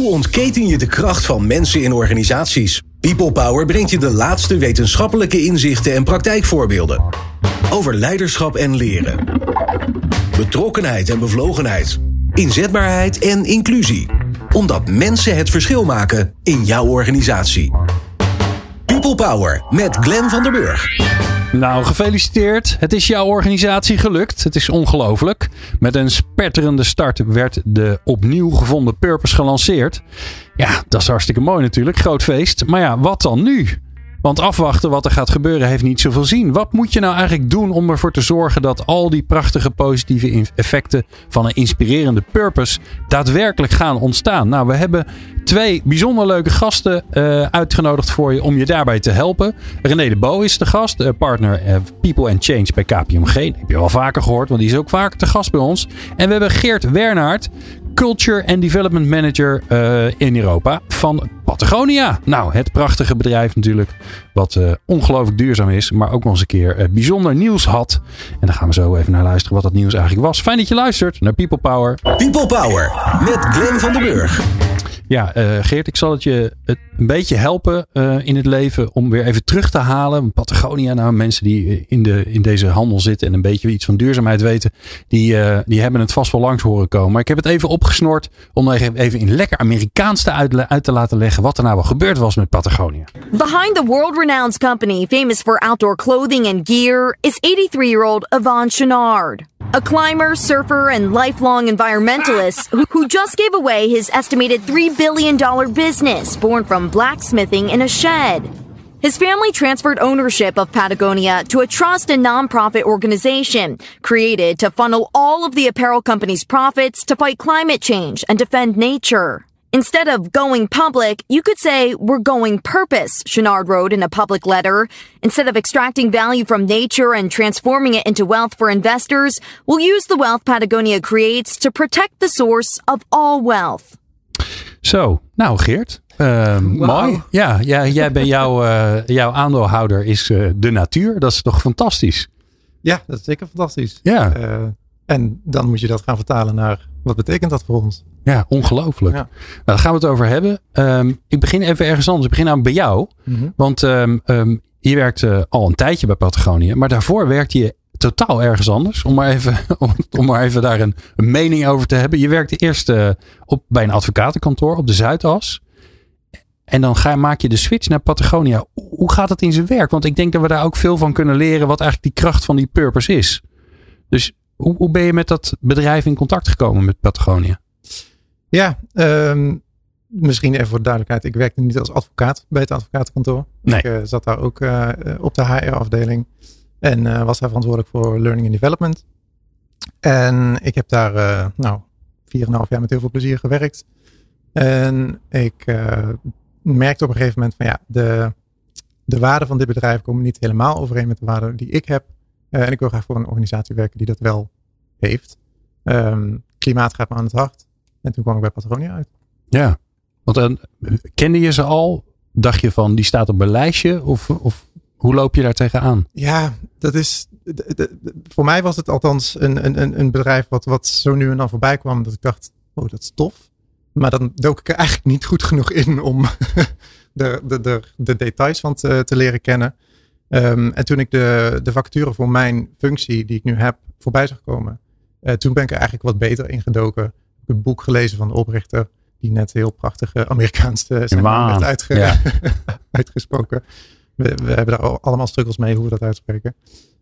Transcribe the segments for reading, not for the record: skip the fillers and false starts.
Hoe ontketen je de kracht van mensen in organisaties? People Power brengt je de laatste wetenschappelijke inzichten en praktijkvoorbeelden. Over leiderschap en leren. Betrokkenheid en bevlogenheid. Inzetbaarheid en inclusie. Omdat mensen het verschil maken in jouw organisatie. People Power met Glenn van der Burg. Nou, gefeliciteerd. Het is jouw organisatie gelukt. Het is ongelooflijk. Met een spetterende start werd de opnieuw gevonden purpose gelanceerd. Ja, dat is hartstikke mooi natuurlijk. Groot feest. Maar ja, wat dan nu? Want afwachten wat er gaat gebeuren heeft niet zoveel zin. Wat moet je nou eigenlijk doen om ervoor te zorgen dat al die prachtige positieve effecten van een inspirerende purpose daadwerkelijk gaan ontstaan? Nou, we hebben 2 bijzonder leuke gasten uitgenodigd voor je om je daarbij te helpen. René de Bo is de gast, partner People and Change bij KPMG. Dat heb je wel vaker gehoord, want die is ook vaak te gast bij ons. En we hebben Geert Wernaert, Culture and Development Manager in Europa van Patagonia. Nou, het prachtige bedrijf natuurlijk, wat ongelooflijk duurzaam is, maar ook nog eens een keer bijzonder nieuws had. En daar gaan we zo even naar luisteren wat dat nieuws eigenlijk was. Fijn dat je luistert naar People Power. People Power met Glenn van der Burg. Ja, Geert, ik zal het je een beetje helpen in het leven om weer even terug te halen. Patagonia, nou, mensen die in deze handel zitten en een beetje iets van duurzaamheid weten, die hebben het vast wel langs horen komen. Maar ik heb het even opgesnord om even in lekker Amerikaans uit te laten leggen wat er nou wel gebeurd was met Patagonia. Behind the world-renowned company famous for outdoor clothing and gear is 83-year-old Yvon Chouinard. A climber, surfer, and lifelong environmentalist who just gave away his estimated $3 billion business born from blacksmithing in a shed. His family transferred ownership of Patagonia to a trust and nonprofit organization created to funnel all of the apparel company's profits to fight climate change and defend nature. Instead of going public, you could say we're going purpose, Chouinard wrote in a public letter. Instead of extracting value from nature and transforming it into wealth for investors, we'll use the wealth Patagonia creates to protect the source of all wealth. Zo, nou Geert, mooi. Ja, jij bent jouw aandeelhouder is de natuur. Dat is toch fantastisch? Ja, dat is zeker fantastisch. Ja. En dan moet je dat gaan vertalen naar wat betekent dat voor ons? Ja, ongelooflijk. Ja. Nou, daar gaan we het over hebben. Ik begin even ergens anders. Ik begin namelijk bij jou. Mm-hmm. Want je werkt al een tijdje bij Patagonia. Maar daarvoor werkte je totaal ergens anders. Om maar even daar een mening over te hebben. Je werkte eerst bij een advocatenkantoor op de Zuidas. En dan maak je de switch naar Patagonia. Hoe gaat het in zijn werk? Want ik denk dat we daar ook veel van kunnen leren. Wat eigenlijk die kracht van die purpose is. Dus hoe ben je met dat bedrijf in contact gekomen met Patagonia? Ja, misschien even voor de duidelijkheid. Ik werkte niet als advocaat bij het advocatenkantoor. Nee. Ik zat daar ook op de HR-afdeling. En was daar verantwoordelijk voor learning and development. En ik heb daar 4,5 jaar met heel veel plezier gewerkt. En ik merkte op een gegeven moment van ja, de waarden van dit bedrijf komen niet helemaal overeen met de waarden die ik heb. En ik wil graag voor een organisatie werken die dat wel heeft. Klimaat gaat me aan het hart. En toen kwam ik bij Patagonia uit. Ja, want kende je ze al? Dacht je van die staat op een lijstje? Of hoe loop je daar tegenaan? Ja, dat is voor mij was het althans een bedrijf wat zo nu en dan voorbij kwam. Dat ik dacht, oh dat is tof. Maar dan dook ik er eigenlijk niet goed genoeg in om de details van te leren kennen. En toen ik de vacature voor mijn functie die ik nu heb voorbij zag komen. Toen ben ik er eigenlijk wat beter in gedoken. Ik heb het boek gelezen van de oprichter. Die net heel prachtige Amerikaans werd uitgesproken. We hebben daar allemaal struggles mee hoe we dat uitspreken.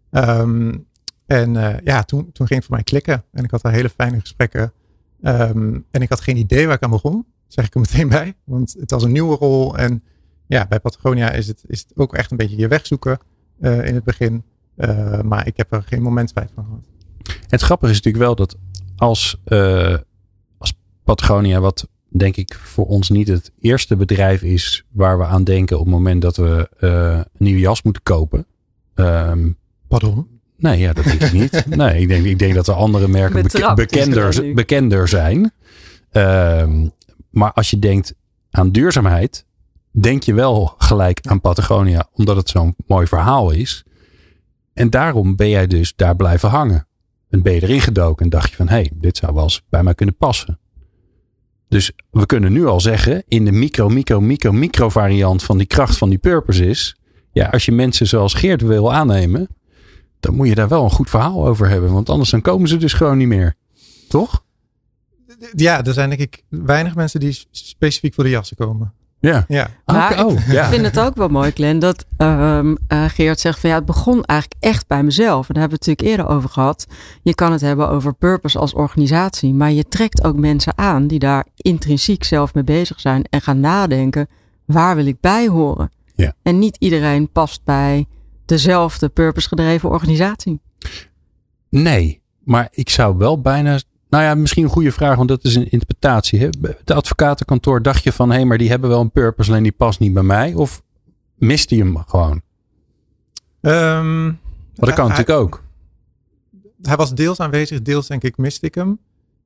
Toen ging het voor mij klikken. En ik had daar hele fijne gesprekken. En ik had geen idee waar ik aan begon. Zeg ik er meteen bij. Want het was een nieuwe rol. En ja, bij Patagonia is het ook echt een beetje je weg zoeken in het begin. Maar ik heb er geen moment spijt van gehad. Het grappige is natuurlijk wel dat als Patagonia, wat denk ik voor ons niet het eerste bedrijf is waar we aan denken op het moment dat we een nieuwe jas moeten kopen. Pardon? Nee, ja, dat denk ik niet. Nee, ik denk dat er andere merken bekender zijn. Maar als je denkt aan duurzaamheid, denk je wel gelijk aan Patagonia, omdat het zo'n mooi verhaal is. En daarom ben jij dus daar blijven hangen. En ben je erin gedoken en dacht je van, dit zou wel eens bij mij kunnen passen. Dus we kunnen nu al zeggen, in de micro variant van die kracht van die purpose is, ja, als je mensen zoals Geert wil aannemen, dan moet je daar wel een goed verhaal over hebben. Want anders dan komen ze dus gewoon niet meer. Toch? Ja, er zijn denk ik weinig mensen die specifiek voor de jassen komen. Ja. Maar ik vind het ook wel mooi, Glenn, dat Geert zegt van het begon eigenlijk echt bij mezelf. En daar hebben we het natuurlijk eerder over gehad. Je kan het hebben over purpose als organisatie, maar je trekt ook mensen aan die daar intrinsiek zelf mee bezig zijn en gaan nadenken, waar wil ik bij horen? Ja. En niet iedereen past bij dezelfde purpose gedreven organisatie. Nee, maar ik zou wel bijna... Nou ja, misschien een goede vraag, want dat is een interpretatie. Hè? De advocatenkantoor dacht je van, maar die hebben wel een purpose, alleen die past niet bij mij. Of miste je hem gewoon? Maar dat kan natuurlijk ook. Hij was deels aanwezig, deels denk ik miste ik hem.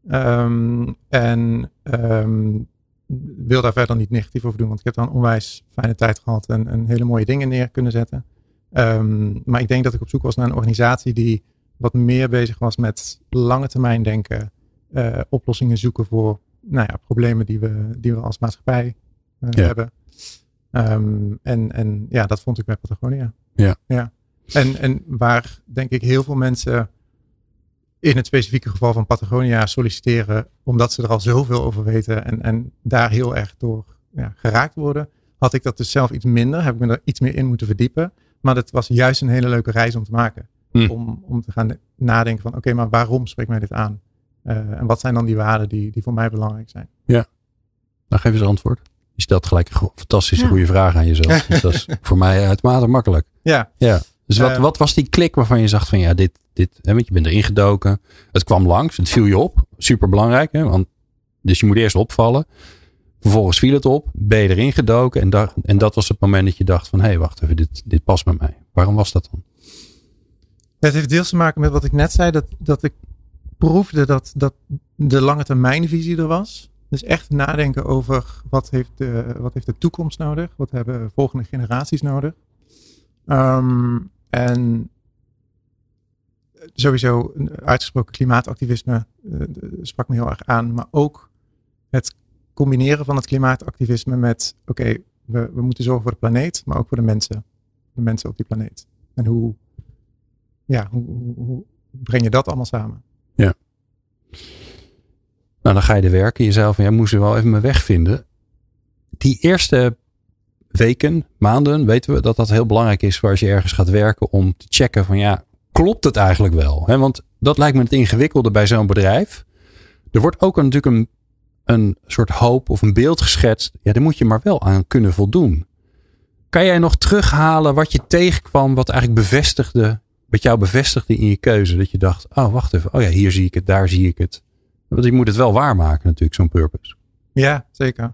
Wil daar verder niet negatief over doen, want ik heb dan een onwijs fijne tijd gehad en hele mooie dingen neer kunnen zetten. Maar ik denk dat ik op zoek was naar een organisatie die wat meer bezig was met lange termijn denken, oplossingen zoeken voor problemen die we als maatschappij hebben. En dat vond ik bij Patagonia. Ja. En waar denk ik heel veel mensen in het specifieke geval van Patagonia solliciteren, omdat ze er al zoveel over weten en daar heel erg door geraakt worden, had ik dat dus zelf iets minder. Heb ik me er iets meer in moeten verdiepen. Maar dat was juist een hele leuke reis om te maken. Om te gaan nadenken van oké, maar waarom spreekt mij dit aan? En wat zijn dan die waarden die voor mij belangrijk zijn? Ja, nou geef eens antwoord. Je stelt gelijk een fantastische goede vraag aan jezelf. Dus dat is voor mij uitermate makkelijk. Ja. Dus wat was die klik waarvan je zag van want je bent erin gedoken. Het kwam langs, het viel je op. Super belangrijk. Dus je moet eerst opvallen. Vervolgens viel het op. Ben je erin gedoken. En dat was het moment dat je dacht van wacht even, dit past bij mij. Waarom was dat dan? Het heeft deels te maken met wat ik net zei. Dat ik proefde dat de lange termijnvisie er was. Dus echt nadenken over wat heeft de toekomst nodig? Wat hebben volgende generaties nodig? En sowieso uitgesproken klimaatactivisme sprak me heel erg aan. Maar ook het combineren van het klimaatactivisme met we moeten zorgen voor de planeet, maar ook voor de mensen op die planeet. En hoe breng je dat allemaal samen? Ja. Nou, dan ga je er werken. Jezelf, jij moest er wel even mijn weg vinden. Die eerste weken, maanden, weten we dat heel belangrijk is voor als je ergens gaat werken om te checken van klopt het eigenlijk wel? Want dat lijkt me het ingewikkelde bij zo'n bedrijf. Er wordt ook natuurlijk een soort hoop of een beeld geschetst. Ja, daar moet je maar wel aan kunnen voldoen. Kan jij nog terughalen wat je tegenkwam, wat jou bevestigde in je keuze? Dat je dacht, wacht even, hier zie ik het, daar zie ik het. Want je moet het wel waarmaken natuurlijk, zo'n purpose. Ja, zeker.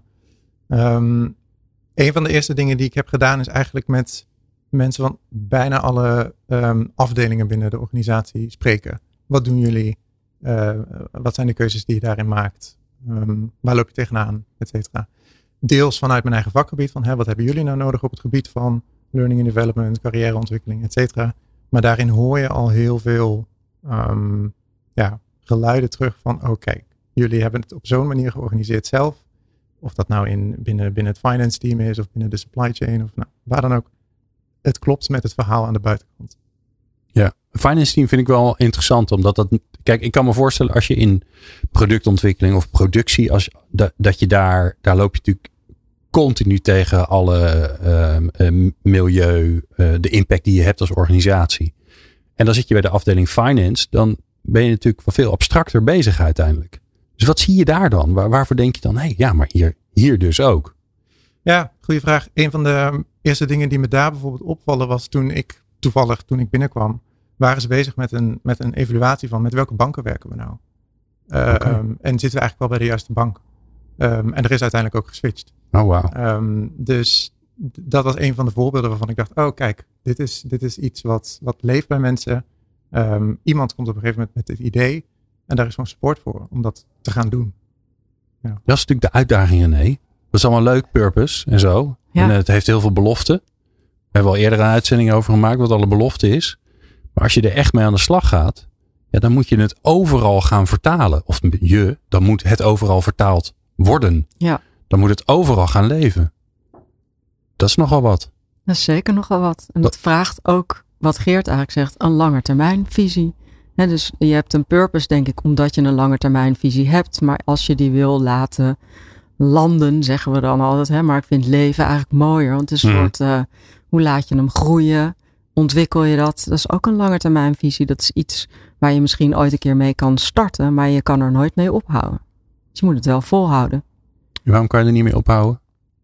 Een van de eerste dingen die ik heb gedaan is eigenlijk met mensen van bijna alle afdelingen binnen de organisatie spreken. Wat doen jullie? Wat zijn de keuzes die je daarin maakt? Waar loop je tegenaan? Et cetera. Deels vanuit mijn eigen vakgebied van wat hebben jullie nou nodig op het gebied van learning and development, carrièreontwikkeling, et cetera. Maar daarin hoor je al heel veel geluiden terug van kijk, jullie hebben het op zo'n manier georganiseerd zelf. Of dat nou binnen het finance team is of binnen de supply chain of waar dan ook. Het klopt met het verhaal aan de buitenkant. Ja, het finance team vind ik wel interessant. Omdat kijk, ik kan me voorstellen als je in productontwikkeling of productie, dat je daar loop je natuurlijk continu tegen alle milieu, de impact die je hebt als organisatie. En dan zit je bij de afdeling finance, dan ben je natuurlijk veel abstracter bezig uiteindelijk. Dus wat zie je daar dan? Waarvoor denk je dan, maar hier dus ook? Ja, goede vraag. Een van de eerste dingen die me daar bijvoorbeeld opvallen was toen ik binnenkwam, waren ze bezig met een evaluatie van met welke banken werken we nou? En zitten we eigenlijk wel bij de juiste bank? En er is uiteindelijk ook geswitcht. Oh, wow. Dus dat was een van de voorbeelden waarvan ik dacht, kijk, dit is iets wat leeft bij mensen. Iemand komt op een gegeven moment met dit idee en daar is gewoon support voor om dat te gaan doen. Ja. Dat is natuurlijk de uitdaging, René. Dat is allemaal leuk, purpose en zo. Ja. En het heeft heel veel beloften. We hebben al eerder een uitzending over gemaakt wat alle belofte is. Maar als je er echt mee aan de slag gaat, dan moet je het overal gaan vertalen. Dan moet het overal vertaald worden. Ja. Dan moet het overal gaan leven. Dat is nogal wat. Dat is zeker nogal wat. En dat vraagt ook, wat Geert eigenlijk zegt, een langetermijnvisie. Dus je hebt een purpose, denk ik, omdat je een langetermijnvisie hebt. Maar als je die wil laten landen, zeggen we dan altijd. Maar ik vind leven eigenlijk mooier. Want het is een soort, hoe laat je hem groeien? Ontwikkel je dat? Dat is ook een langetermijnvisie. Dat is iets waar je misschien ooit een keer mee kan starten. Maar je kan er nooit mee ophouden. Dus je moet het wel volhouden. Waarom kan je er niet mee ophouden?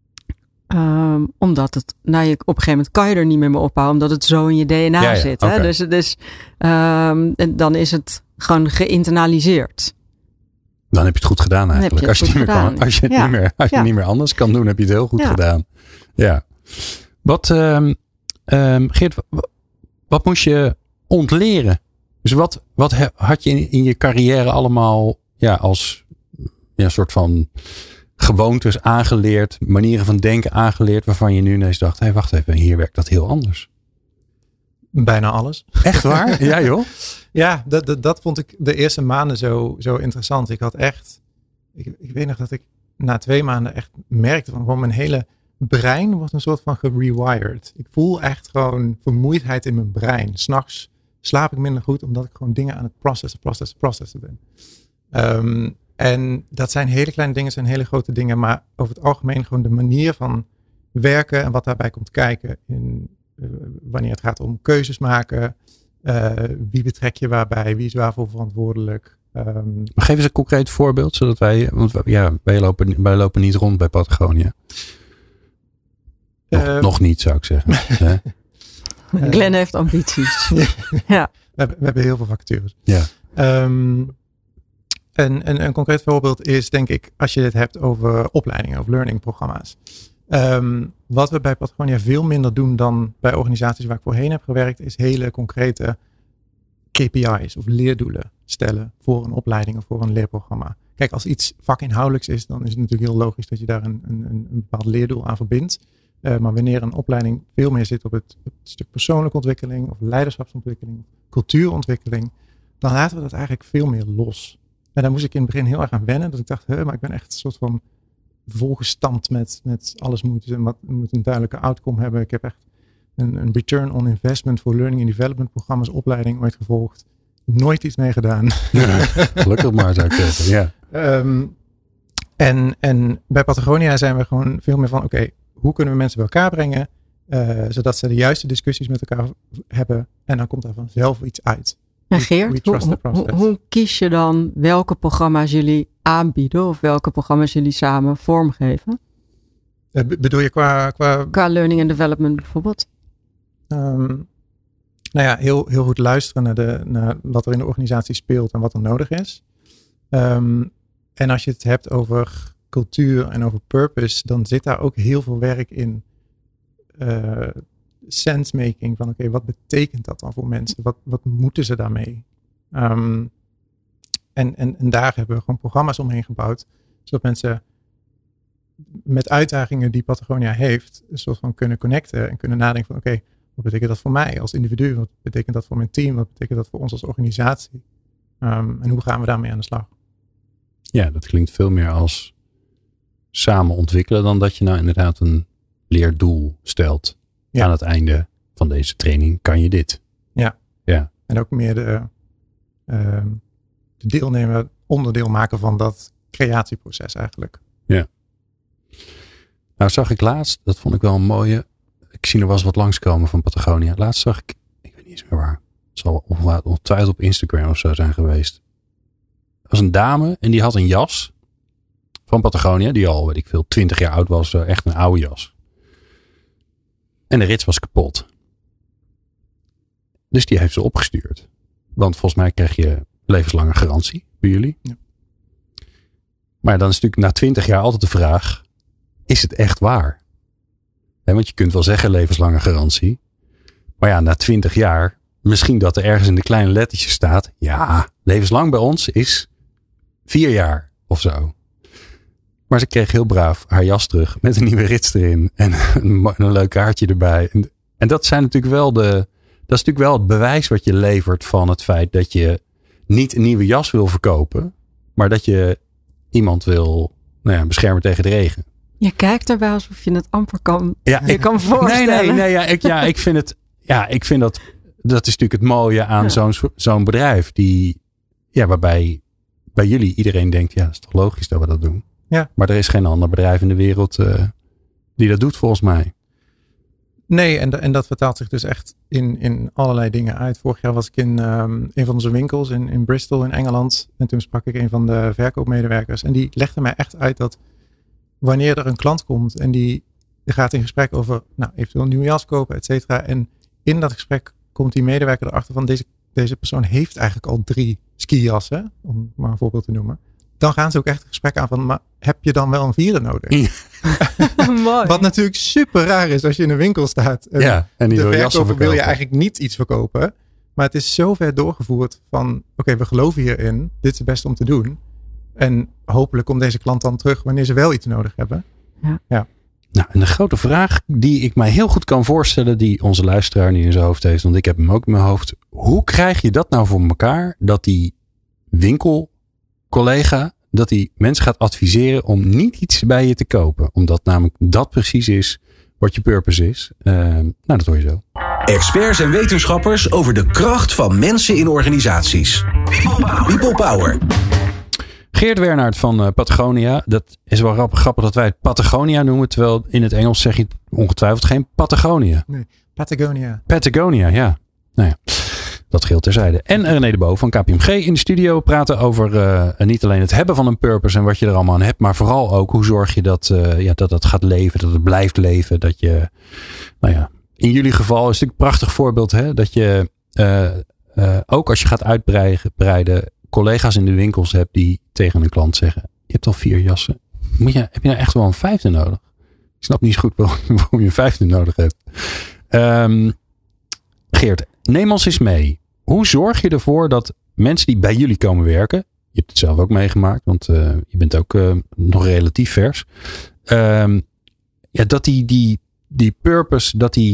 Omdat het, op een gegeven moment kan je er niet meer mee ophouden, omdat het zo in je DNA zit. Okay. Hè? Dus dan is het gewoon geïnternaliseerd. Dan heb je het goed gedaan eigenlijk. Als je het niet meer anders kan doen, heb je het heel goed gedaan. Ja. Wat, Geert, wat moest je ontleren? Dus wat had je in je carrière allemaal als soort van gewoontes aangeleerd, manieren van denken aangeleerd, waarvan je nu ineens dacht, hey, wacht even, hier werkt dat heel anders. Bijna alles. Echt waar? Ja joh? Ja, dat vond ik de eerste maanden zo interessant. Ik had echt, ik weet nog dat ik na 2 maanden echt merkte van gewoon mijn hele brein wordt een soort van gerewired. Ik voel echt gewoon vermoeidheid in mijn brein. 's Nachts slaap ik minder goed, omdat ik gewoon dingen aan het processen ben. En dat zijn hele kleine dingen, zijn hele grote dingen. Maar over het algemeen gewoon de manier van werken en wat daarbij komt kijken. Wanneer het gaat om keuzes maken. Wie betrek je waarbij? Wie is waarvoor verantwoordelijk? Maar geef eens een concreet voorbeeld. Zodat want wij lopen niet rond bij Patagonia. Nog niet, zou ik zeggen. Glenn heeft ambities. Ja. We hebben heel veel vacatures. Ja. Een concreet voorbeeld is, denk ik, als je het hebt over opleidingen of learningprogramma's. Wat we bij Patagonia veel minder doen dan bij organisaties waar ik voorheen heb gewerkt, is hele concrete KPI's of leerdoelen stellen voor een opleiding of voor een leerprogramma. Kijk, als iets vakinhoudelijks is, dan is het natuurlijk heel logisch dat je daar een bepaald leerdoel aan verbindt. Maar wanneer een opleiding veel meer zit op het stuk persoonlijke ontwikkeling of leiderschapsontwikkeling, of cultuurontwikkeling, dan laten we dat eigenlijk veel meer los. En daar moest ik in het begin heel erg aan wennen. Dat ik dacht, maar ik ben echt een soort van volgestampt met alles moet een duidelijke outcome hebben. Ik heb echt een return on investment voor learning and development programma's, opleiding ooit gevolgd. Nooit iets mee gedaan. Ja, gelukkig maar, zou ik zeggen. Ja. En bij Patagonia zijn we gewoon veel meer van, oké, hoe kunnen we mensen bij elkaar brengen, zodat ze de juiste discussies met elkaar hebben en dan komt er vanzelf iets uit. En Geert, hoe kies je dan welke programma's jullie aanbieden of welke programma's jullie samen vormgeven? Bedoel je qua learning and development bijvoorbeeld? Heel goed luisteren naar wat er in de organisatie speelt en wat er nodig is. En als je het hebt over cultuur en over purpose, dan zit daar ook heel veel werk in sensemaking van oké, wat betekent dat dan voor mensen? Wat moeten ze daarmee? En daar hebben we gewoon programma's omheen gebouwd, zodat mensen met uitdagingen die Patagonia heeft, een soort van kunnen connecten en kunnen nadenken van oké, wat betekent dat voor mij als individu? Wat betekent dat voor mijn team? Wat betekent dat voor ons als organisatie? En hoe gaan we daarmee aan de slag? Ja, dat klinkt veel meer als samen ontwikkelen dan dat je nou inderdaad een leerdoel stelt. Ja. Aan het einde van deze training kan je dit. Ja. En ook meer de deelnemer onderdeel maken van dat creatieproces eigenlijk. Ja. Nou zag ik laatst, dat vond ik wel een mooie. Ik zie er wel eens wat langskomen van Patagonia. Laatst zag ik weet niet eens meer waar. Het zal ongetwijfeld op Instagram of zo zijn geweest. Er was een dame en die had een jas van Patagonia. Die al, 20 jaar oud was. Echt een oude jas. En de rits was kapot. Dus die heeft ze opgestuurd. Want volgens mij krijg je levenslange garantie bij jullie. Ja. Maar dan is natuurlijk na 20 jaar altijd de vraag. Is het echt waar? Want je kunt wel zeggen levenslange garantie. Maar ja, na 20 jaar. Misschien dat er ergens in de kleine lettertjes staat. Ja, levenslang bij ons is 4 jaar of zo. Maar ze kreeg heel braaf haar jas terug. Met een nieuwe rits erin. En een leuk kaartje erbij. En dat zijn natuurlijk wel dat is natuurlijk wel het bewijs wat je levert van het feit dat je niet een nieuwe jas wil verkopen. Maar dat je iemand wil nou ja, beschermen tegen de regen. Je kijkt erbij alsof je het amper kan voorstellen. Nee, ik vind dat is natuurlijk het mooie aan zo'n bedrijf waarbij bij jullie iedereen denkt, ja, dat is toch logisch dat we dat doen. Ja. Maar er is geen ander bedrijf in de wereld die dat doet volgens mij. Nee, en dat vertaalt zich dus echt in allerlei dingen uit. Vorig jaar was ik in een van onze winkels in Bristol in Engeland. En toen sprak ik een van de verkoopmedewerkers. En die legde mij echt uit dat wanneer er een klant komt en die gaat in gesprek over eventueel een nieuwe jas kopen, et cetera. En in dat gesprek komt die medewerker erachter van deze persoon heeft eigenlijk al 3 skijassen, om maar een voorbeeld te noemen. Dan gaan ze ook echt een gesprek aan van, maar heb je dan wel een 4e nodig? Mooi. Wat natuurlijk super raar is als je in een winkel staat. En die de verkoper wil je eigenlijk niet iets verkopen. Maar het is zo ver doorgevoerd van, oké, we geloven hierin. Dit is het beste om te doen. En hopelijk komt deze klant dan terug wanneer ze wel iets nodig hebben. Ja. Nou, en de grote vraag die ik mij heel goed kan voorstellen, die onze luisteraar nu in zijn hoofd heeft, want ik heb hem ook in mijn hoofd. Hoe krijg je dat nou voor elkaar, dat die winkelcollega, dat die mensen gaat adviseren om niet iets bij je te kopen? Omdat namelijk dat precies is wat je purpose is. Dat hoor je zo. Experts en wetenschappers over de kracht van mensen in organisaties. People Power. Geert Wernaert van Patagonia. Dat is wel grappig dat wij het Patagonia noemen. Terwijl in het Engels zeg je ongetwijfeld geen Patagonia. Nee, Patagonia. Patagonia, ja. Nou ja, dat geldt terzijde. En René de Boo van KPMG in de studio praten over niet alleen het hebben van een purpose en wat je er allemaal aan hebt. Maar vooral ook hoe zorg je dat dat gaat leven, dat het blijft leven. Dat je, in jullie geval is het natuurlijk een prachtig voorbeeld. Hè, dat je ook als je gaat uitbreiden, collega's in de winkels hebt die tegen een klant zeggen, je hebt al 4 jassen. Heb je nou echt wel een 5e nodig? Ik snap niet zo goed waarom je een 5e nodig hebt. Geert, neem ons eens mee. Hoe zorg je ervoor dat mensen die bij jullie komen werken, je hebt het zelf ook meegemaakt, want je bent ook nog relatief vers. Dat die purpose,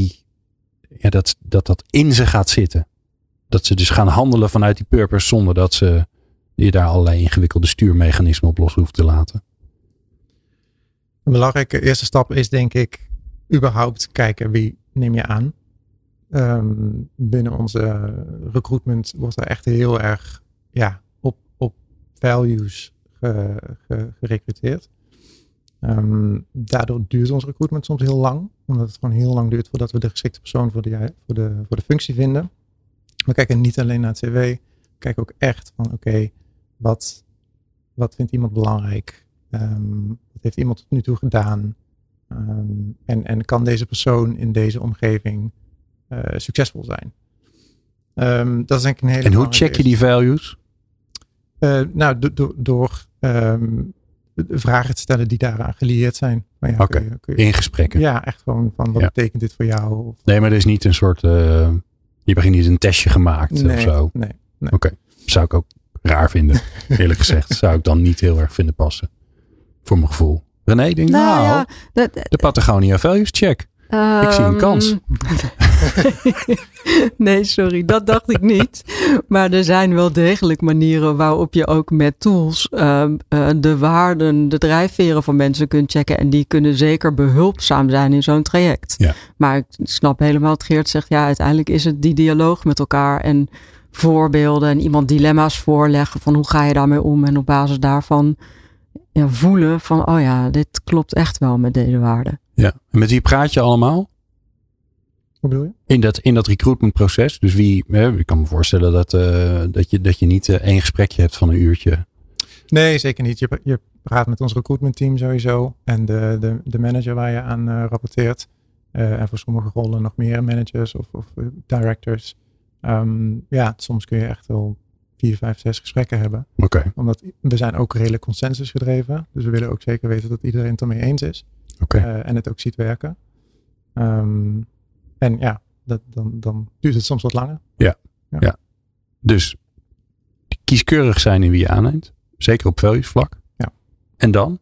dat in ze gaat zitten. Dat ze dus gaan handelen vanuit die purpose zonder dat ze je daar allerlei ingewikkelde stuurmechanismen op los hoeft te laten. Een belangrijke eerste stap is denk ik überhaupt kijken wie neem je aan. Binnen onze recruitment wordt er echt heel erg op values gerecruiteerd. Daardoor duurt ons recruitment soms heel lang. Omdat het gewoon heel lang duurt voordat we de geschikte persoon voor de functie vinden. We kijken niet alleen naar het cv. We kijken ook echt van oké, wat vindt iemand belangrijk? Wat heeft iemand tot nu toe gedaan? En kan deze persoon in deze omgeving succesvol zijn? Dat is denk ik een hele En hoe check je die values? Door vragen te stellen die daaraan gelieerd zijn. Oké, in gesprekken. Ja, echt gewoon van wat betekent dit voor jou? Of, nee, maar er is niet een soort, je hebt niet een testje gemaakt of zo? Nee. Oké, zou ik ook raar vinden, eerlijk gezegd. Zou ik dan niet heel erg vinden passen. Voor mijn gevoel. René, denk de Patagonia Values check. Ik zie een kans. Nee, sorry, dat dacht ik niet. Maar er zijn wel degelijk manieren waarop je ook met tools de waarden, de drijfveren van mensen kunt checken. En die kunnen zeker behulpzaam zijn in zo'n traject. Ja. Maar ik snap helemaal wat Geert zegt. Ja, uiteindelijk is het die dialoog met elkaar en voorbeelden en iemand dilemma's voorleggen van hoe ga je daarmee om en op basis daarvan voelen van oh ja, dit klopt echt wel met deze waarden. Ja, en met wie praat je allemaal? Hoe bedoel je? In dat recruitmentproces. Dus ik kan me voorstellen dat je niet één gesprekje hebt van een uurtje. Nee, zeker niet. Je praat met ons recruitment team sowieso. En de manager waar je aan rapporteert. En voor sommige rollen nog meer managers of directors. Soms kun je echt wel 4, 5, 6 gesprekken hebben. Okay. Omdat we zijn ook redelijk consensus gedreven. Dus we willen ook zeker weten dat iedereen het ermee eens is. Okay. En het ook ziet werken. Dan duurt het soms wat langer. Ja. Dus kieskeurig zijn in wie je aanneemt. Zeker op values vlak. Ja. En dan?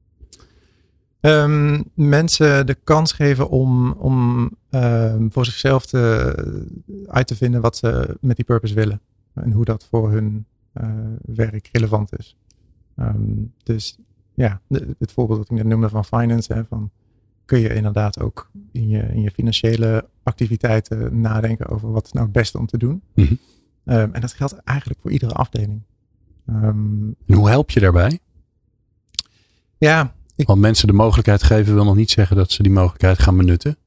Mensen de kans geven om voor zichzelf uit te vinden wat ze met die purpose willen. En hoe dat voor hun werk relevant is. Dus het voorbeeld dat ik net noemde van finance. Hè, van kun je inderdaad ook in je financiële activiteiten nadenken over wat is nou het beste om te doen. Mm-hmm. En dat geldt eigenlijk voor iedere afdeling. En hoe help je daarbij? Ja. Want mensen de mogelijkheid geven wil nog niet zeggen dat ze die mogelijkheid gaan benutten.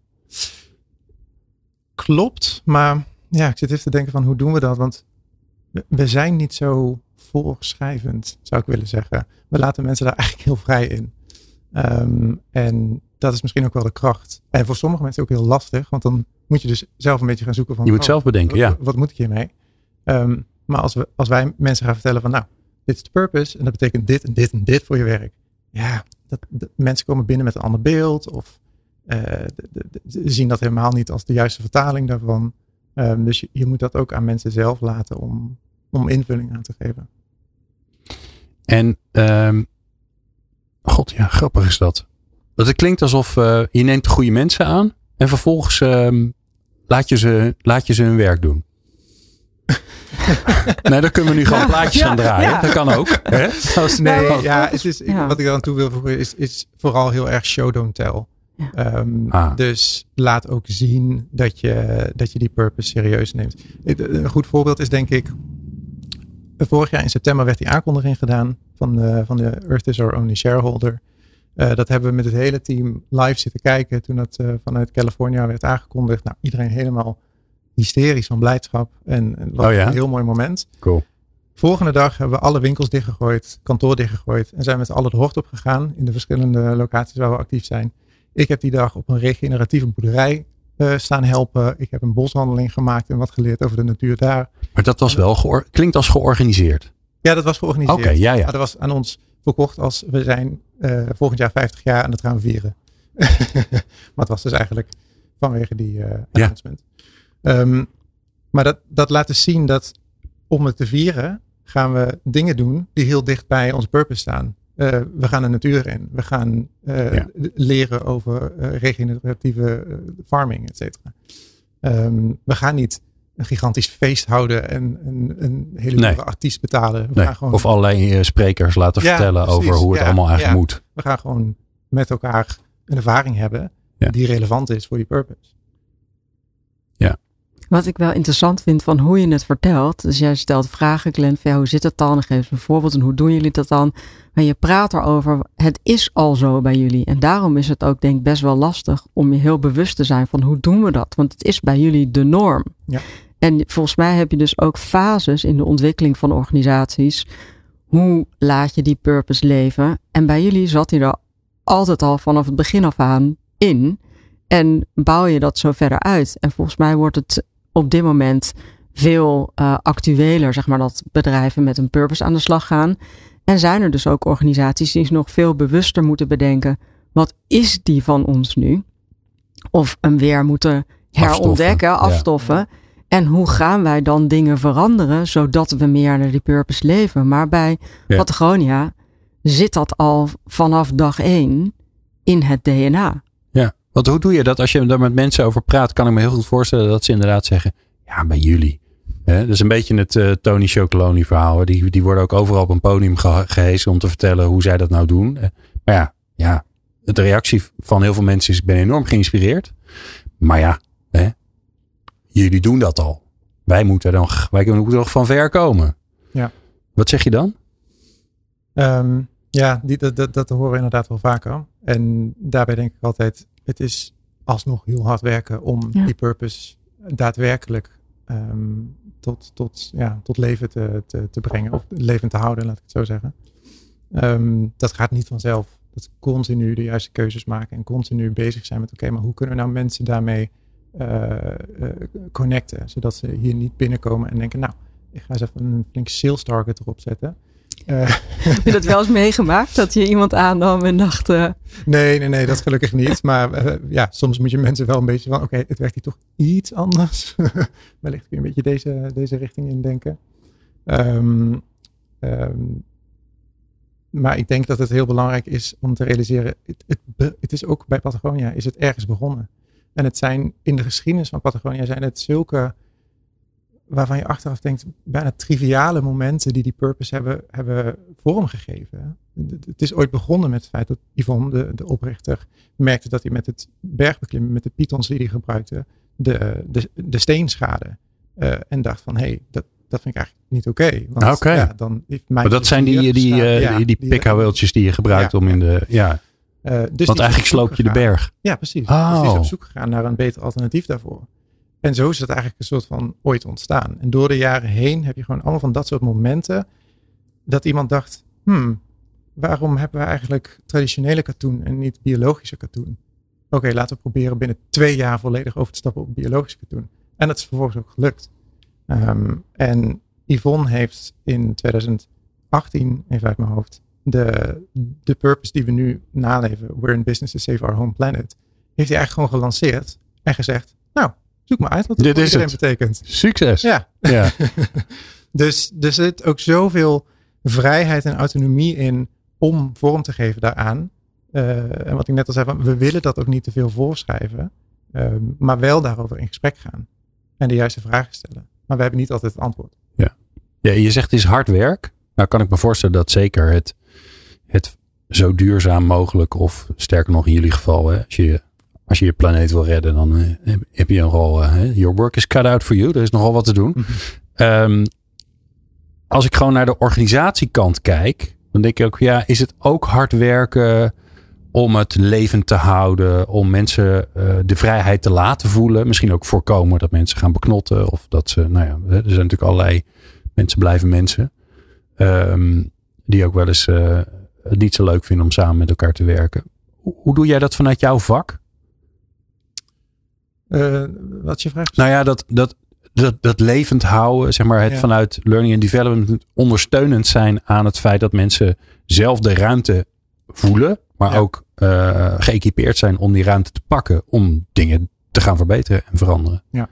Klopt, maar ik zit even te denken van hoe doen we dat? Want we zijn niet zo voorschrijvend, zou ik willen zeggen. We laten mensen daar eigenlijk heel vrij in. En dat is misschien ook wel de kracht. En voor sommige mensen ook heel lastig, want dan moet je dus zelf een beetje gaan zoeken van... Je moet zelf bedenken, wat moet ik hiermee? Maar als wij mensen gaan vertellen van dit is de purpose en dat betekent dit en dit en dit voor je werk. Ja, mensen komen binnen met een ander beeld of zien dat helemaal niet als de juiste vertaling daarvan. Dus je moet dat ook aan mensen zelf laten om invulling aan te geven. En grappig is dat. Dat het klinkt alsof je neemt de goede mensen aan en vervolgens laat je ze hun werk doen. Nee, dan kunnen we nu gewoon plaatjes gaan draaien. Ja. Dat kan ook. Hè? Wat ik aan toe wil voegen is vooral heel erg show don't tell. Dus laat ook zien dat je die purpose serieus neemt. Een goed voorbeeld is denk ik, vorig jaar in september werd die aankondiging gedaan van de Earth is our only shareholder. Dat hebben we met het hele team live zitten kijken toen dat vanuit California werd aangekondigd. Nou, iedereen helemaal hysterisch van blijdschap. En wat een heel mooi moment. Cool. Volgende dag hebben we alle winkels dichtgegooid, kantoor dichtgegooid. En zijn met z'n allen de hort op gegaan in de verschillende locaties waar we actief zijn. Ik heb die dag op een regeneratieve boerderij staan helpen. Ik heb een boswandeling gemaakt en wat geleerd over de natuur daar. Maar dat was wel klinkt als georganiseerd. Ja, dat was georganiseerd. Oké, ja. Maar dat was aan ons verkocht als we zijn volgend jaar 50 jaar en dat gaan we vieren. Maar het was dus eigenlijk vanwege die announcement. Maar dat laat dus zien dat om het te vieren gaan we dingen doen die heel dicht bij ons purpose staan. We gaan de natuur in. We gaan leren over regeneratieve farming, et cetera. We gaan niet een gigantisch feest houden en een hele dure artiest betalen. We gaan gewoon... Of allerlei sprekers laten vertellen over hoe het allemaal eigenlijk moet. We gaan gewoon met elkaar een ervaring hebben die relevant is voor die purpose. Ja. Wat ik wel interessant vind van hoe je het vertelt. Dus jij stelt vragen, Glenn, van hoe zit het dan? En geef eens een voorbeeld en hoe doen jullie dat dan? Maar je praat erover, het is al zo bij jullie. En daarom is het ook denk ik best wel lastig om je heel bewust te zijn van hoe doen we dat? Want het is bij jullie de norm. Ja. En volgens mij heb je dus ook fases in de ontwikkeling van organisaties. Hoe laat je die purpose leven? En bij jullie zat hij er altijd al vanaf het begin af aan in. En bouw je dat zo verder uit. En volgens mij wordt het op dit moment veel actueler, zeg maar, dat bedrijven met een purpose aan de slag gaan. En zijn er dus ook organisaties die nog veel bewuster moeten bedenken. Wat is die van ons nu? Of hem weer moeten herontdekken, afstoffen. Ja. En hoe gaan wij dan dingen veranderen, zodat we meer naar die purpose leven? Maar bij Patagonia zit dat al vanaf dag 1 in het DNA. Ja, want hoe doe je dat? Als je daar met mensen over praat, kan ik me heel goed voorstellen dat ze inderdaad zeggen, ja, bij jullie. Dat is een beetje het Tony Chocolonely verhaal. Die worden ook overal op een podium gehesen om te vertellen hoe zij dat nou doen. Maar ja, de reactie van heel veel mensen is, ik ben enorm geïnspireerd. Maar jullie doen dat al. Wij moeten nog van ver komen. Ja. Wat zeg je dan? Dat horen we inderdaad wel vaker. En daarbij denk ik altijd, het is alsnog heel hard werken om die purpose daadwerkelijk tot leven te brengen. Of levend te houden, laat ik het zo zeggen. Dat gaat niet vanzelf. Dat is continu de juiste keuzes maken en continu bezig zijn met oké, maar hoe kunnen we nou mensen daarmee connecten, zodat ze hier niet binnenkomen en denken, nou, ik ga eens even een flink sales target erop zetten. Heb je dat wel eens meegemaakt? Dat je iemand aannam en dacht... Nee, dat gelukkig niet. Maar soms moet je mensen wel een beetje van, oké, het werkt hier toch iets anders. Wellicht kun je een beetje deze richting in denken. Maar ik denk dat het heel belangrijk is om te realiseren, het is ook bij Patagonia, is het ergens begonnen. En het zijn in de geschiedenis van Patagonia zijn het zulke waarvan je achteraf denkt, bijna triviale momenten die purpose hebben vormgegeven. Het is ooit begonnen met het feit dat Yvonne, de oprichter, merkte dat hij met het bergbeklimmen, met de pitons die hij gebruikte, de steen schade. En dacht van, dat vind ik eigenlijk niet oké. Ja, dan maar dat zijn die pikhouweeltjes die je gebruikt om in de... Ja. Dus want eigenlijk sloop je de berg. Ja, precies. Dus die is op zoek gegaan naar een beter alternatief daarvoor. En zo is dat eigenlijk een soort van ooit ontstaan. En door de jaren heen heb je gewoon allemaal van dat soort momenten dat iemand dacht, waarom hebben we eigenlijk traditionele katoen en niet biologische katoen? Oké, laten we proberen binnen 2 jaar volledig over te stappen op biologische katoen. En dat is vervolgens ook gelukt. En Yvonne heeft in 2018, even uit mijn hoofd, de purpose die we nu naleven, We're in business to save our home planet, heeft hij eigenlijk gewoon gelanceerd en gezegd, nou, zoek maar uit wat dit voor iedereen betekent. Succes. Ja. Dus er zit ook zoveel vrijheid en autonomie in om vorm te geven daaraan. En wat ik net al zei, we willen dat ook niet te veel voorschrijven, maar wel daarover in gesprek gaan en de juiste vragen stellen. Maar we hebben niet altijd het antwoord. Ja, je zegt het is hard werk. Nou kan ik me voorstellen dat zeker het zo duurzaam mogelijk, of sterker nog in jullie geval, als je je planeet wil redden, dan heb je nogal, your work is cut out for you. Er is nogal wat te doen. Mm-hmm. Als ik gewoon naar de organisatiekant kijk, dan denk ik ook, is het ook hard werken om het levend te houden, om mensen de vrijheid te laten voelen. Misschien ook voorkomen dat mensen gaan beknotten, of dat ze, er zijn natuurlijk allerlei mensen blijven mensen. Die ook wel eens het niet zo leuk vinden om samen met elkaar te werken. Hoe doe jij dat vanuit jouw vak? Wat is je vraag? Nou ja, dat levend houden, zeg maar, het vanuit learning and development ondersteunend zijn aan het feit dat mensen zelf de ruimte voelen, maar ook geëquipeerd zijn om die ruimte te pakken om dingen te gaan verbeteren en veranderen. Ja.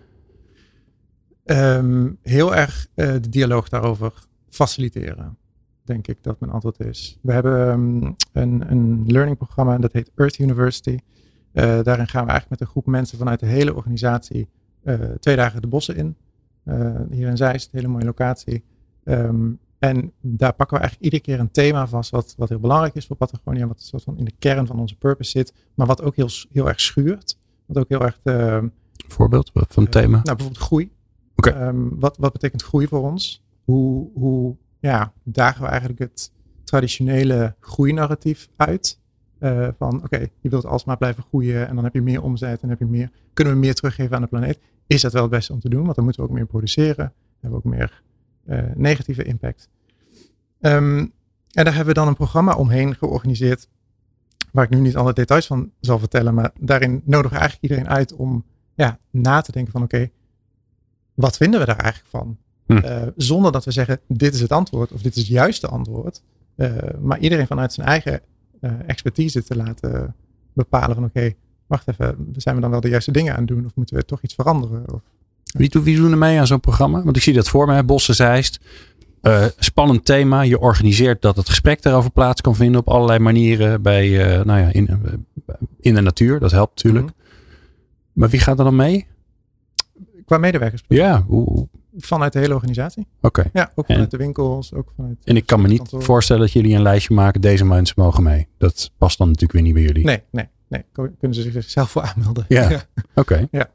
Heel erg de dialoog daarover faciliteren, denk ik dat mijn antwoord is. We hebben een learning programma dat heet Earth University. Daarin gaan we eigenlijk met een groep mensen vanuit de hele organisatie 2 dagen de bossen in. Hier in Zeist, een hele mooie locatie. En daar pakken we eigenlijk iedere keer een thema vast wat heel belangrijk is voor Patagonia, wat een soort van in de kern van onze purpose zit, maar wat ook heel erg schuurt. Wat ook heel erg voorbeeld van het thema? Nou, bijvoorbeeld groei. Okay. Wat betekent groei voor ons? Hoe dagen we eigenlijk het traditionele groeinarratief uit? Van oké, je wilt alsmaar blijven groeien en dan heb je meer omzet en kunnen we meer teruggeven aan de planeet. Is dat wel het beste om te doen? Want dan moeten we ook meer produceren. Dan hebben we ook meer negatieve impact. En daar hebben we dan een programma omheen georganiseerd, waar ik nu niet alle details van zal vertellen, maar daarin nodigen we eigenlijk iedereen uit om na te denken van oké, wat vinden we daar eigenlijk van? Zonder dat we zeggen, dit is het antwoord of dit is het juiste antwoord. Maar iedereen vanuit zijn eigen expertise te laten bepalen van oké, wacht even, zijn we dan wel de juiste dingen aan het doen of moeten we toch iets veranderen? Of, Wie doen er mee aan zo'n programma? Want ik zie dat voor me, Bossen Zeist. Spannend thema. Je organiseert dat het gesprek daarover plaats kan vinden op allerlei manieren in de natuur. Dat helpt natuurlijk. Mm-hmm. Maar wie gaat er dan mee? Qua medewerkers? Ja. Vanuit de hele organisatie. Oké. Ja, ook vanuit de winkels. Ook vanuit en ik kan me niet voorstellen dat jullie een lijstje maken. Deze mensen mogen mee. Dat past dan natuurlijk weer niet bij jullie. Nee. Kunnen ze zichzelf voor aanmelden. Ja. Oké. Ja.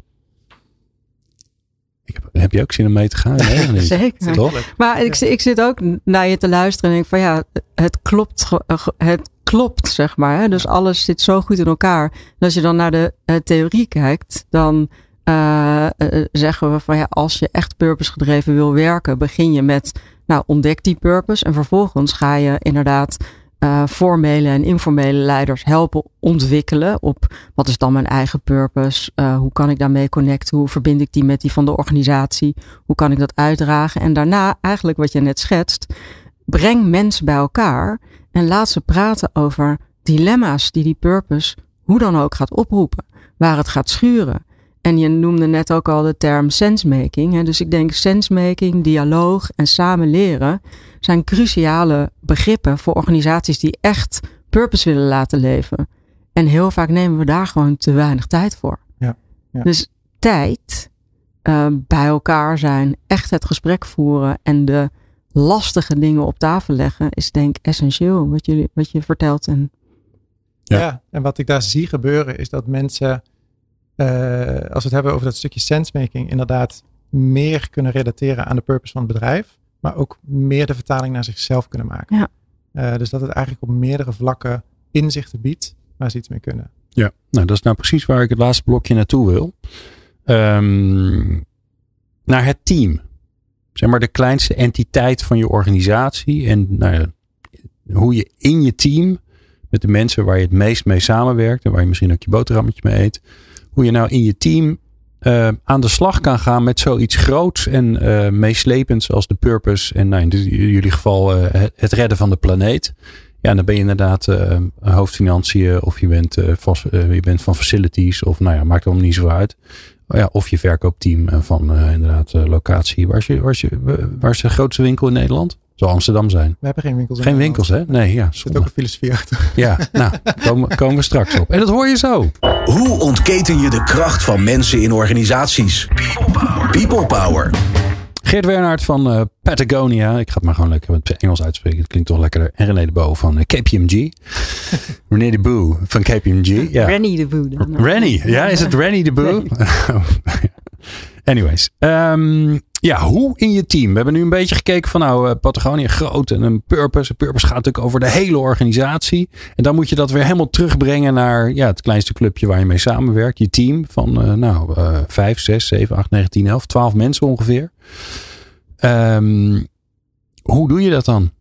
Heb je ook zin om mee te gaan? Nee, zeker. Toch? Maar ik zit ook naar je te luisteren en denk van het klopt, zeg maar. Hè? Dus alles zit zo goed in elkaar. En als je dan naar de theorie kijkt, dan zeggen we van als je echt purpose gedreven wil werken, begin je met ontdek die purpose en vervolgens ga je inderdaad formele en informele leiders helpen ontwikkelen op wat is dan mijn eigen purpose, hoe kan ik daarmee connecten, hoe verbind ik die met die van de organisatie, hoe kan ik dat uitdragen en daarna eigenlijk wat je net schetst, breng mensen bij elkaar en laat ze praten over dilemma's die purpose hoe dan ook gaat oproepen, waar het gaat schuren. En je noemde net ook al de term sensemaking. Hè? Dus ik denk sensemaking, dialoog en samen leren zijn cruciale begrippen voor organisaties die echt purpose willen laten leven. En heel vaak nemen we daar gewoon te weinig tijd voor. Ja. Dus tijd bij elkaar zijn, echt het gesprek voeren en de lastige dingen op tafel leggen is denk ik essentieel wat je vertelt. En wat ik daar zie gebeuren is dat mensen, als we het hebben over dat stukje sensemaking, inderdaad meer kunnen relateren aan de purpose van het bedrijf, maar ook meer de vertaling naar zichzelf kunnen maken. Ja. Dus dat het eigenlijk op meerdere vlakken inzichten biedt waar ze iets mee kunnen. Ja, nou dat is nou precies waar ik het laatste blokje naartoe wil. Naar het team. Zeg maar de kleinste entiteit van je organisatie. En hoe je in je team, met de mensen waar je het meest mee samenwerkt. En waar je misschien ook je boterhammetje mee eet. Hoe je nou in je team aan de slag kan gaan met zoiets groots en meeslepends als de purpose. En in jullie geval het redden van de planeet. Ja, dan ben je inderdaad hoofdfinanciën of je bent van facilities. Of maakt er niet zo uit. Of je verkoopteam van inderdaad locatie. Waar is de grootste winkel in Nederland? Zal Amsterdam zijn. We hebben geen winkels. Geen winkels, hè? Nee, ja. Er zit ook een filosofie achter. Ja, komen we straks op. En dat hoor je zo. Hoe ontketen je de kracht van mensen in organisaties? People Power. Geert Wernhard van Patagonia. Ik ga het maar gewoon lekker in het Engels uitspreken. Het klinkt toch lekkerder. En René de Boo van KPMG. René de Boo van KPMG. Ja. Rennie de Boo. Rennie. Ja, is het Rennie de Boo? Anyways. Hoe in je team? We hebben nu een beetje gekeken van Patagonia groot en een purpose. Een purpose gaat natuurlijk over de hele organisatie. En dan moet je dat weer helemaal terugbrengen naar het kleinste clubje waar je mee samenwerkt. Je team van 5, 6, 7, 8, 9, 10, 11, 12 mensen ongeveer. Hoe doe je dat dan?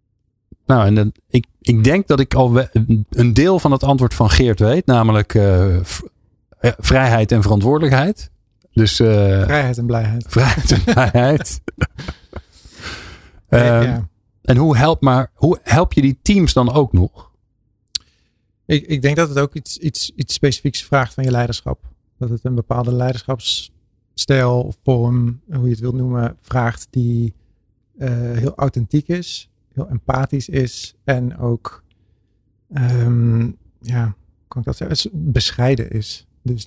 Ik denk dat ik al een deel van het antwoord van Geert weet. Namelijk vrijheid en verantwoordelijkheid. Dus, vrijheid en blijheid. Vrijheid en blijheid. En hoe help je die teams dan ook nog? Ik denk dat het ook iets specifieks vraagt van je leiderschap. Dat het een bepaalde leiderschapsstijl of vorm, hoe je het wilt noemen, vraagt die heel authentiek is, heel empathisch is en ook, kan ik dat zeggen, bescheiden is. Dus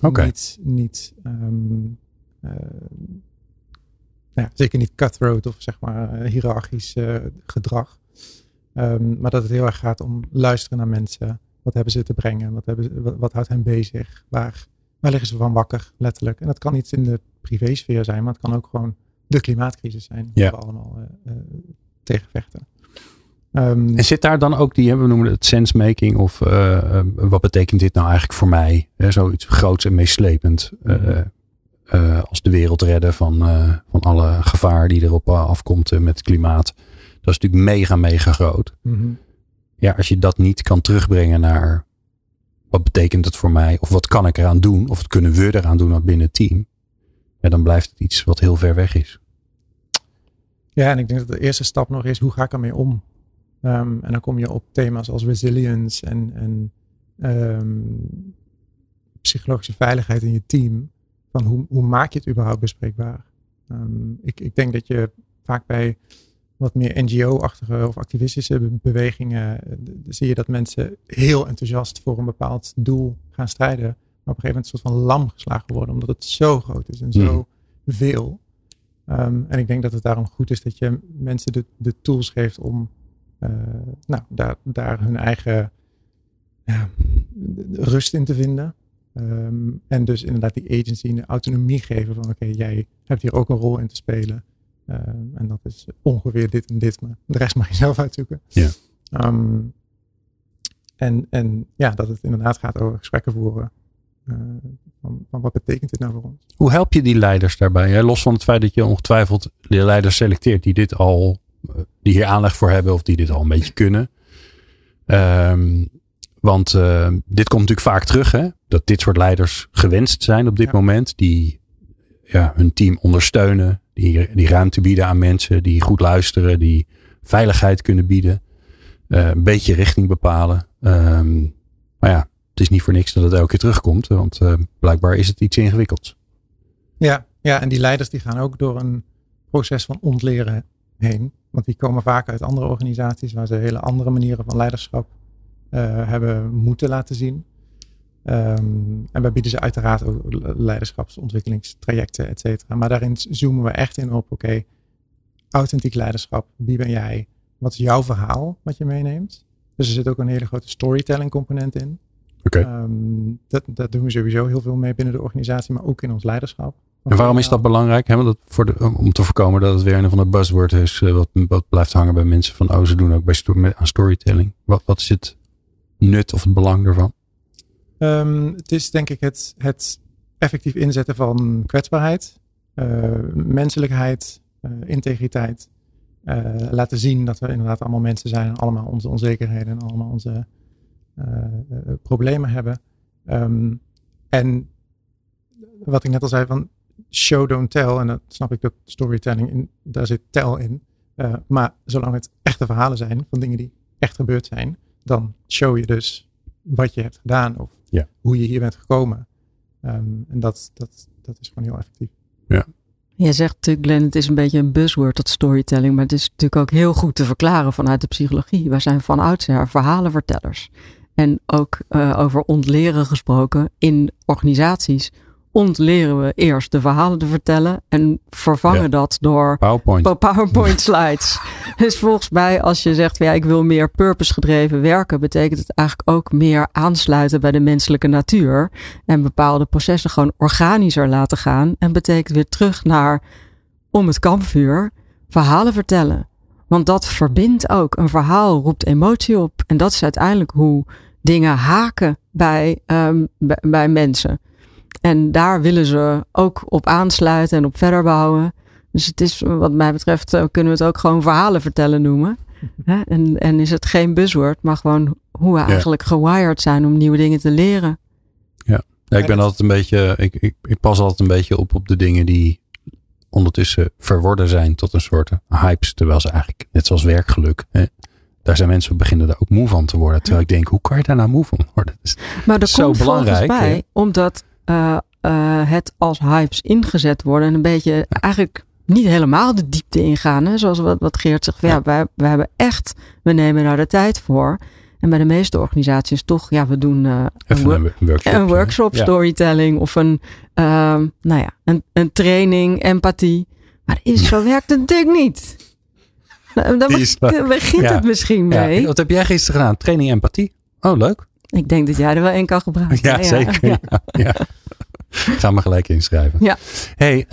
zeker niet cutthroat of zeg maar hiërarchisch gedrag. Maar dat het heel erg gaat om luisteren naar mensen. Wat hebben ze te brengen? Wat houdt hen bezig? Waar liggen ze van wakker, letterlijk? En dat kan niet in de privésfeer zijn, maar het kan ook gewoon de klimaatcrisis zijn. Waar we allemaal tegen vechten. En zit daar dan ook we noemen het sensemaking of wat betekent dit nou eigenlijk voor mij? Zoiets groots en meeslepend als de wereld redden van alle gevaar die erop afkomt met het klimaat. Dat is natuurlijk mega groot. Mm-hmm. Ja, als je dat niet kan terugbrengen naar wat betekent het voor mij? Of wat kan ik eraan doen? Of wat kunnen we eraan doen binnen het team? Ja, dan blijft het iets wat heel ver weg is. Ja, en ik denk dat de eerste stap nog is, hoe ga ik ermee om? En dan kom je op thema's als resilience en psychologische veiligheid in je team. Van hoe maak je het überhaupt bespreekbaar? Ik denk dat je vaak bij wat meer NGO-achtige of activistische bewegingen zie je dat mensen heel enthousiast voor een bepaald doel gaan strijden. Maar op een gegeven moment een soort van lam geslagen worden, omdat het zo groot is en zo veel. En ik denk dat het daarom goed is dat je mensen de tools geeft om daar hun eigen rust in te vinden. En dus inderdaad die agency en de autonomie geven van oké, jij hebt hier ook een rol in te spelen. En dat is ongeveer dit en dit, maar de rest mag je zelf uitzoeken. Ja. En dat het inderdaad gaat over gesprekken voeren. Van wat betekent dit nou voor ons? Hoe help je die leiders daarbij? Los van het feit dat je ongetwijfeld de leiders selecteert die hier aanleg voor hebben of die dit al een beetje kunnen. Want dit komt natuurlijk vaak terug, hè? Dat dit soort leiders gewenst zijn op dit moment. Die hun team ondersteunen. Die ruimte bieden aan mensen. Die goed luisteren. Die veiligheid kunnen bieden. Een beetje richting bepalen. Maar het is niet voor niks dat het elke keer terugkomt. Want blijkbaar is het iets ingewikkelds. Ja, en die leiders die gaan ook door een proces van ontleren heen. Want die komen vaak uit andere organisaties waar ze hele andere manieren van leiderschap hebben moeten laten zien. En wij bieden ze uiteraard ook leiderschapsontwikkelingstrajecten, et cetera. Maar daarin zoomen we echt in op, authentiek leiderschap. Wie ben jij? Wat is jouw verhaal wat je meeneemt? Dus er zit ook een hele grote storytelling component in. Dat doen we sowieso heel veel mee binnen de organisatie, maar ook in ons leiderschap. En waarom is dat belangrijk? Om te voorkomen dat het weer een van de buzzword is wat blijft hangen bij mensen van, ze doen ook aan storytelling. Wat is het nut of het belang daarvan? Het is denk ik het effectief inzetten van kwetsbaarheid, menselijkheid, integriteit. Laten zien dat we inderdaad allemaal mensen zijn en allemaal onze onzekerheden en allemaal onze problemen hebben. En wat ik net al zei van show, don't tell. En dat snap ik dat storytelling, daar zit tell in. Maar zolang het echte verhalen zijn van dingen die echt gebeurd zijn, dan show je dus wat je hebt gedaan of hoe je hier bent gekomen. En dat is gewoon heel effectief. Ja. Je zegt natuurlijk, Glenn, het is een beetje een buzzword, dat storytelling. Maar het is natuurlijk ook heel goed te verklaren vanuit de psychologie. Wij zijn van oudsher verhalenvertellers. En ook over ontleren gesproken in organisaties. Ontleren we eerst de verhalen te vertellen en vervangen dat door PowerPoint slides. Dus volgens mij, als je zegt, ik wil meer purpose gedreven werken, betekent het eigenlijk ook meer aansluiten bij de menselijke natuur en bepaalde processen gewoon organischer laten gaan. En betekent weer terug naar om het kampvuur verhalen vertellen. Want dat verbindt ook. Een verhaal roept emotie op. En dat is uiteindelijk hoe dingen haken bij mensen. En daar willen ze ook op aansluiten en op verder bouwen. Dus het is, wat mij betreft, kunnen we het ook gewoon verhalen vertellen noemen. En is het geen buzzword, maar gewoon hoe we eigenlijk gewired zijn om nieuwe dingen te leren. Ja, ik ben altijd een beetje, ik pas altijd een beetje op de dingen die ondertussen verworden zijn tot een soort hypes. Terwijl ze eigenlijk, net zoals werkgeluk, daar zijn mensen beginnen daar ook moe van te worden. Terwijl ik denk, hoe kan je daar nou moe van worden? Dat is maar er zo komt belangrijk. Volgens mij, omdat het als hypes ingezet worden en een beetje eigenlijk niet helemaal de diepte ingaan. Hè? Zoals wat Geert zegt. We hebben echt, we nemen daar de tijd voor. En bij de meeste organisaties toch, we doen een workshop storytelling of een training, empathie. Maar zo werkt het natuurlijk niet. Daar begint het misschien mee. Ja. Wat heb jij gisteren gedaan? Training empathie? Oh, leuk. Ik denk dat jij er wel één kan gebruiken. Ja, zeker. Ja. Ik ga me gelijk inschrijven. Ja. Hey,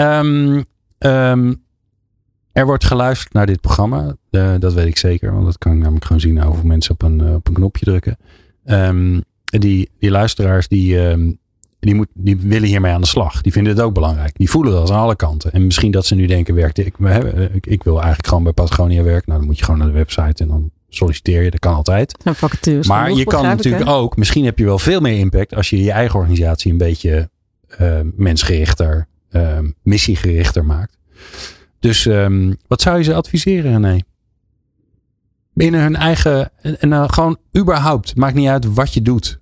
er wordt geluisterd naar dit programma. Dat weet ik zeker. Want dat kan ik namelijk gewoon zien hoeveel mensen op een knopje drukken. Die luisteraars die willen hiermee aan de slag. Die vinden het ook belangrijk. Die voelen dat aan alle kanten. En misschien dat ze nu denken, ik wil eigenlijk gewoon bij Patagonia werken. Nou, dan moet je gewoon naar de website en dan solliciteer je. Dat kan altijd. Nou, vacatures. Maar je kan natuurlijk ook, misschien heb je wel veel meer impact als je je eigen organisatie een beetje mensgerichter, missiegerichter maakt. Dus wat zou je ze adviseren, René? Binnen hun eigen, en gewoon überhaupt, maakt niet uit wat je doet.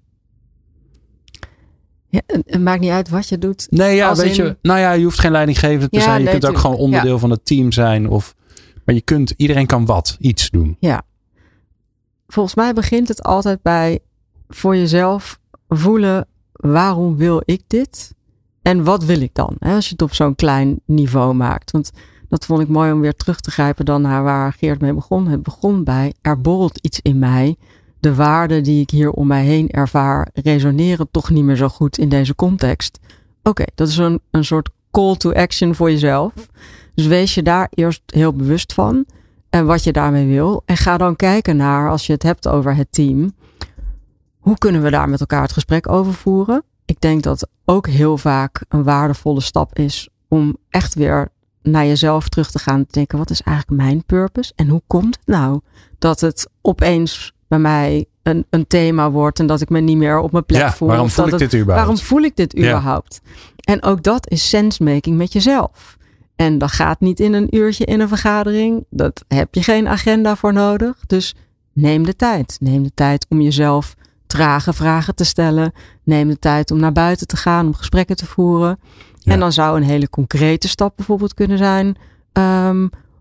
Ja, het maakt niet uit wat je doet. Nee, je hoeft geen leidinggevende te zijn. Je kunt ook gewoon onderdeel van het team zijn. Maar iedereen kan iets doen. Ja. Volgens mij begint het altijd bij voor jezelf voelen, waarom wil ik dit? En wat wil ik dan? Als je het op zo'n klein niveau maakt. Want dat vond ik mooi om weer terug te grijpen dan naar waar Geert mee begon. Het begon bij, er borrelt iets in mij. De waarden die ik hier om mij heen ervaar resoneren toch niet meer zo goed in deze context. Oké, dat is een soort call to action voor jezelf. Dus wees je daar eerst heel bewust van. En wat je daarmee wil. En ga dan kijken naar, als je het hebt over het team. Hoe kunnen we daar met elkaar het gesprek over voeren? Ik denk dat ook heel vaak een waardevolle stap is om echt weer naar jezelf terug te gaan. Te denken, wat is eigenlijk mijn purpose? En hoe komt het nou dat het opeens bij mij een thema wordt en dat ik me niet meer op mijn plek voel? Waarom voel ik dit überhaupt? En ook dat is sensemaking met jezelf. En dat gaat niet in een uurtje in een vergadering. Dat heb je geen agenda voor nodig. Dus neem de tijd. Neem de tijd om jezelf trage vragen te stellen. Neem de tijd om naar buiten te gaan, om gesprekken te voeren. Ja. En dan zou een hele concrete stap bijvoorbeeld kunnen zijn.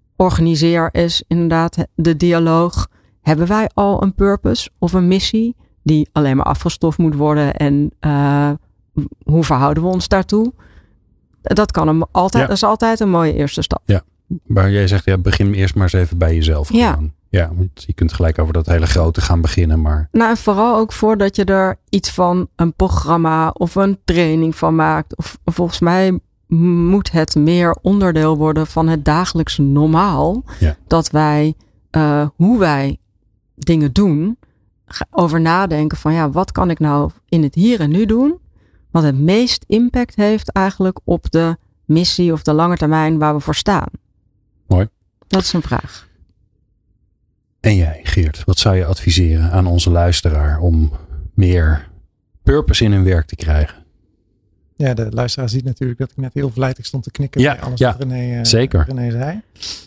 Organiseer eens inderdaad de dialoog. Hebben wij al een purpose of een missie die alleen maar afgestoft moet worden. En hoe verhouden we ons daartoe? Dat is altijd een mooie eerste stap. Ja, maar jij zegt, begin eerst maar eens even bij jezelf. Gewoon. Ja, want je kunt gelijk over dat hele grote gaan beginnen. Maar... Nou, en vooral ook voordat je er iets van een programma of een training van maakt. Of volgens mij moet het meer onderdeel worden van het dagelijkse normaal. Ja. Dat wij, hoe wij dingen doen, over nadenken van wat kan ik nou in het hier en nu doen? Wat het meest impact heeft eigenlijk op de missie of de lange termijn waar we voor staan. Mooi. Dat is een vraag. En jij, Geert, wat zou je adviseren aan onze luisteraar om meer purpose in hun werk te krijgen? Ja, de luisteraar ziet natuurlijk dat ik net heel vlijtig stond te knikken bij alles wat René zei.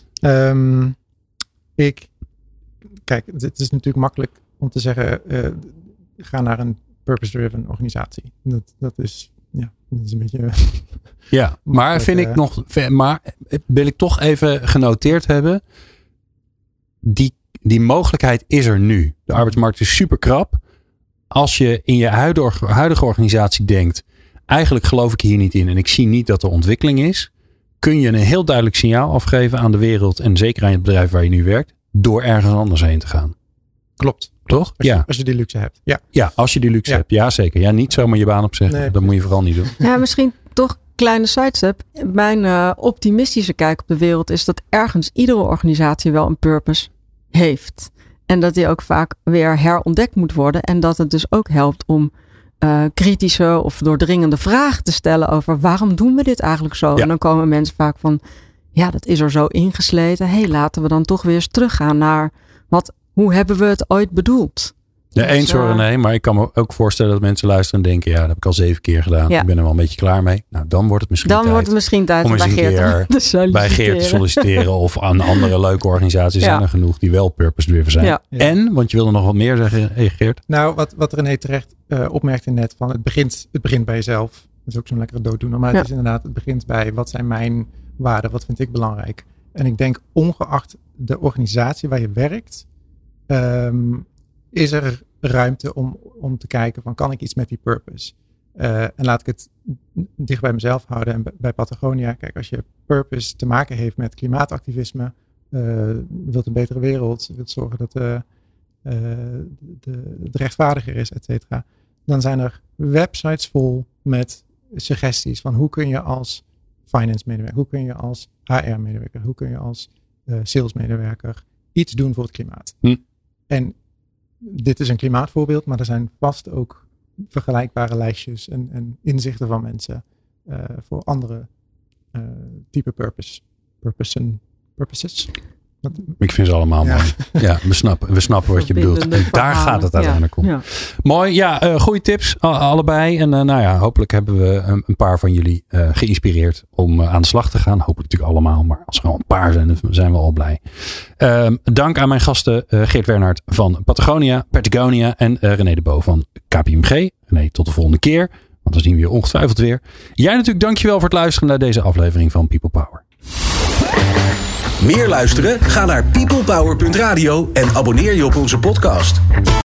Kijk, het is natuurlijk makkelijk om te zeggen, ga naar een purpose-driven organisatie. Dat is een beetje... Ja, maar wil ik toch even genoteerd hebben, die mogelijkheid is er nu. De arbeidsmarkt is super krap. Als je in je huidige organisatie denkt, eigenlijk geloof ik hier niet in en ik zie niet dat er ontwikkeling is, kun je een heel duidelijk signaal afgeven aan de wereld en zeker aan het bedrijf waar je nu werkt, door ergens anders heen te gaan. Klopt. Toch? Als je die luxe hebt. Ja, als je die luxe hebt. Ja, zeker. Ja, niet zomaar je baan opzeggen. Nee, dat moet je vooral niet doen. Ja, misschien toch kleine sidestep. Mijn optimistische kijk op de wereld is dat ergens iedere organisatie wel een purpose heeft. En dat die ook vaak weer herontdekt moet worden. En dat het dus ook helpt om kritische of doordringende vragen te stellen over waarom doen we dit eigenlijk zo? Ja. En dan komen mensen vaak van, dat is er zo ingesleten. Laten we dan toch weer eens teruggaan naar hoe hebben we het ooit bedoeld? Ja, eens hoor, nee, maar ik kan me ook voorstellen dat mensen luisteren en denken, dat heb ik al 7 keer gedaan. Ja. Ik ben er wel een beetje klaar mee. Nou, dan wordt het misschien tijd om bij Geert te solliciteren of aan andere leuke organisaties zijn er genoeg die wel purpose-driven zijn. Ja. En, want je wilde nog wat meer zeggen, Geert? Nou, wat René terecht opmerkte net, van het begint bij jezelf. Dat is ook zo'n lekkere dooddoener, maar het is inderdaad, het begint bij wat zijn mijn waarden, wat vind ik belangrijk. En ik denk, ongeacht de organisatie waar je werkt, is er ruimte om te kijken van, kan ik iets met die purpose? En laat ik het dicht bij mezelf houden en bij Patagonia. Kijk, als je purpose te maken heeft met klimaatactivisme, wilt een betere wereld, wilt zorgen dat het rechtvaardiger is, et cetera. Dan zijn er websites vol met suggesties van hoe kun je als finance medewerker, hoe kun je als HR medewerker, hoe kun je als sales medewerker iets doen voor het klimaat. En dit is een klimaatvoorbeeld, maar er zijn vast ook vergelijkbare lijstjes en inzichten van mensen voor andere type purposes. Ik vind ze allemaal mooi. Ja, we snappen wat je bedoelt. En daar gaat het uiteindelijk om. Ja. Mooi, goede tips allebei. En hopelijk hebben we een paar van jullie geïnspireerd om aan de slag te gaan. Hopelijk natuurlijk allemaal, maar als er al een paar zijn, dan zijn we al blij. Dank aan mijn gasten Geert Wernhard van Patagonia en René de Boo van KPMG. René, tot de volgende keer, want dan zien we je ongetwijfeld weer. Jij natuurlijk dankjewel voor het luisteren naar deze aflevering van People Power. Meer luisteren? Ga naar peoplepower.radio en abonneer je op onze podcast.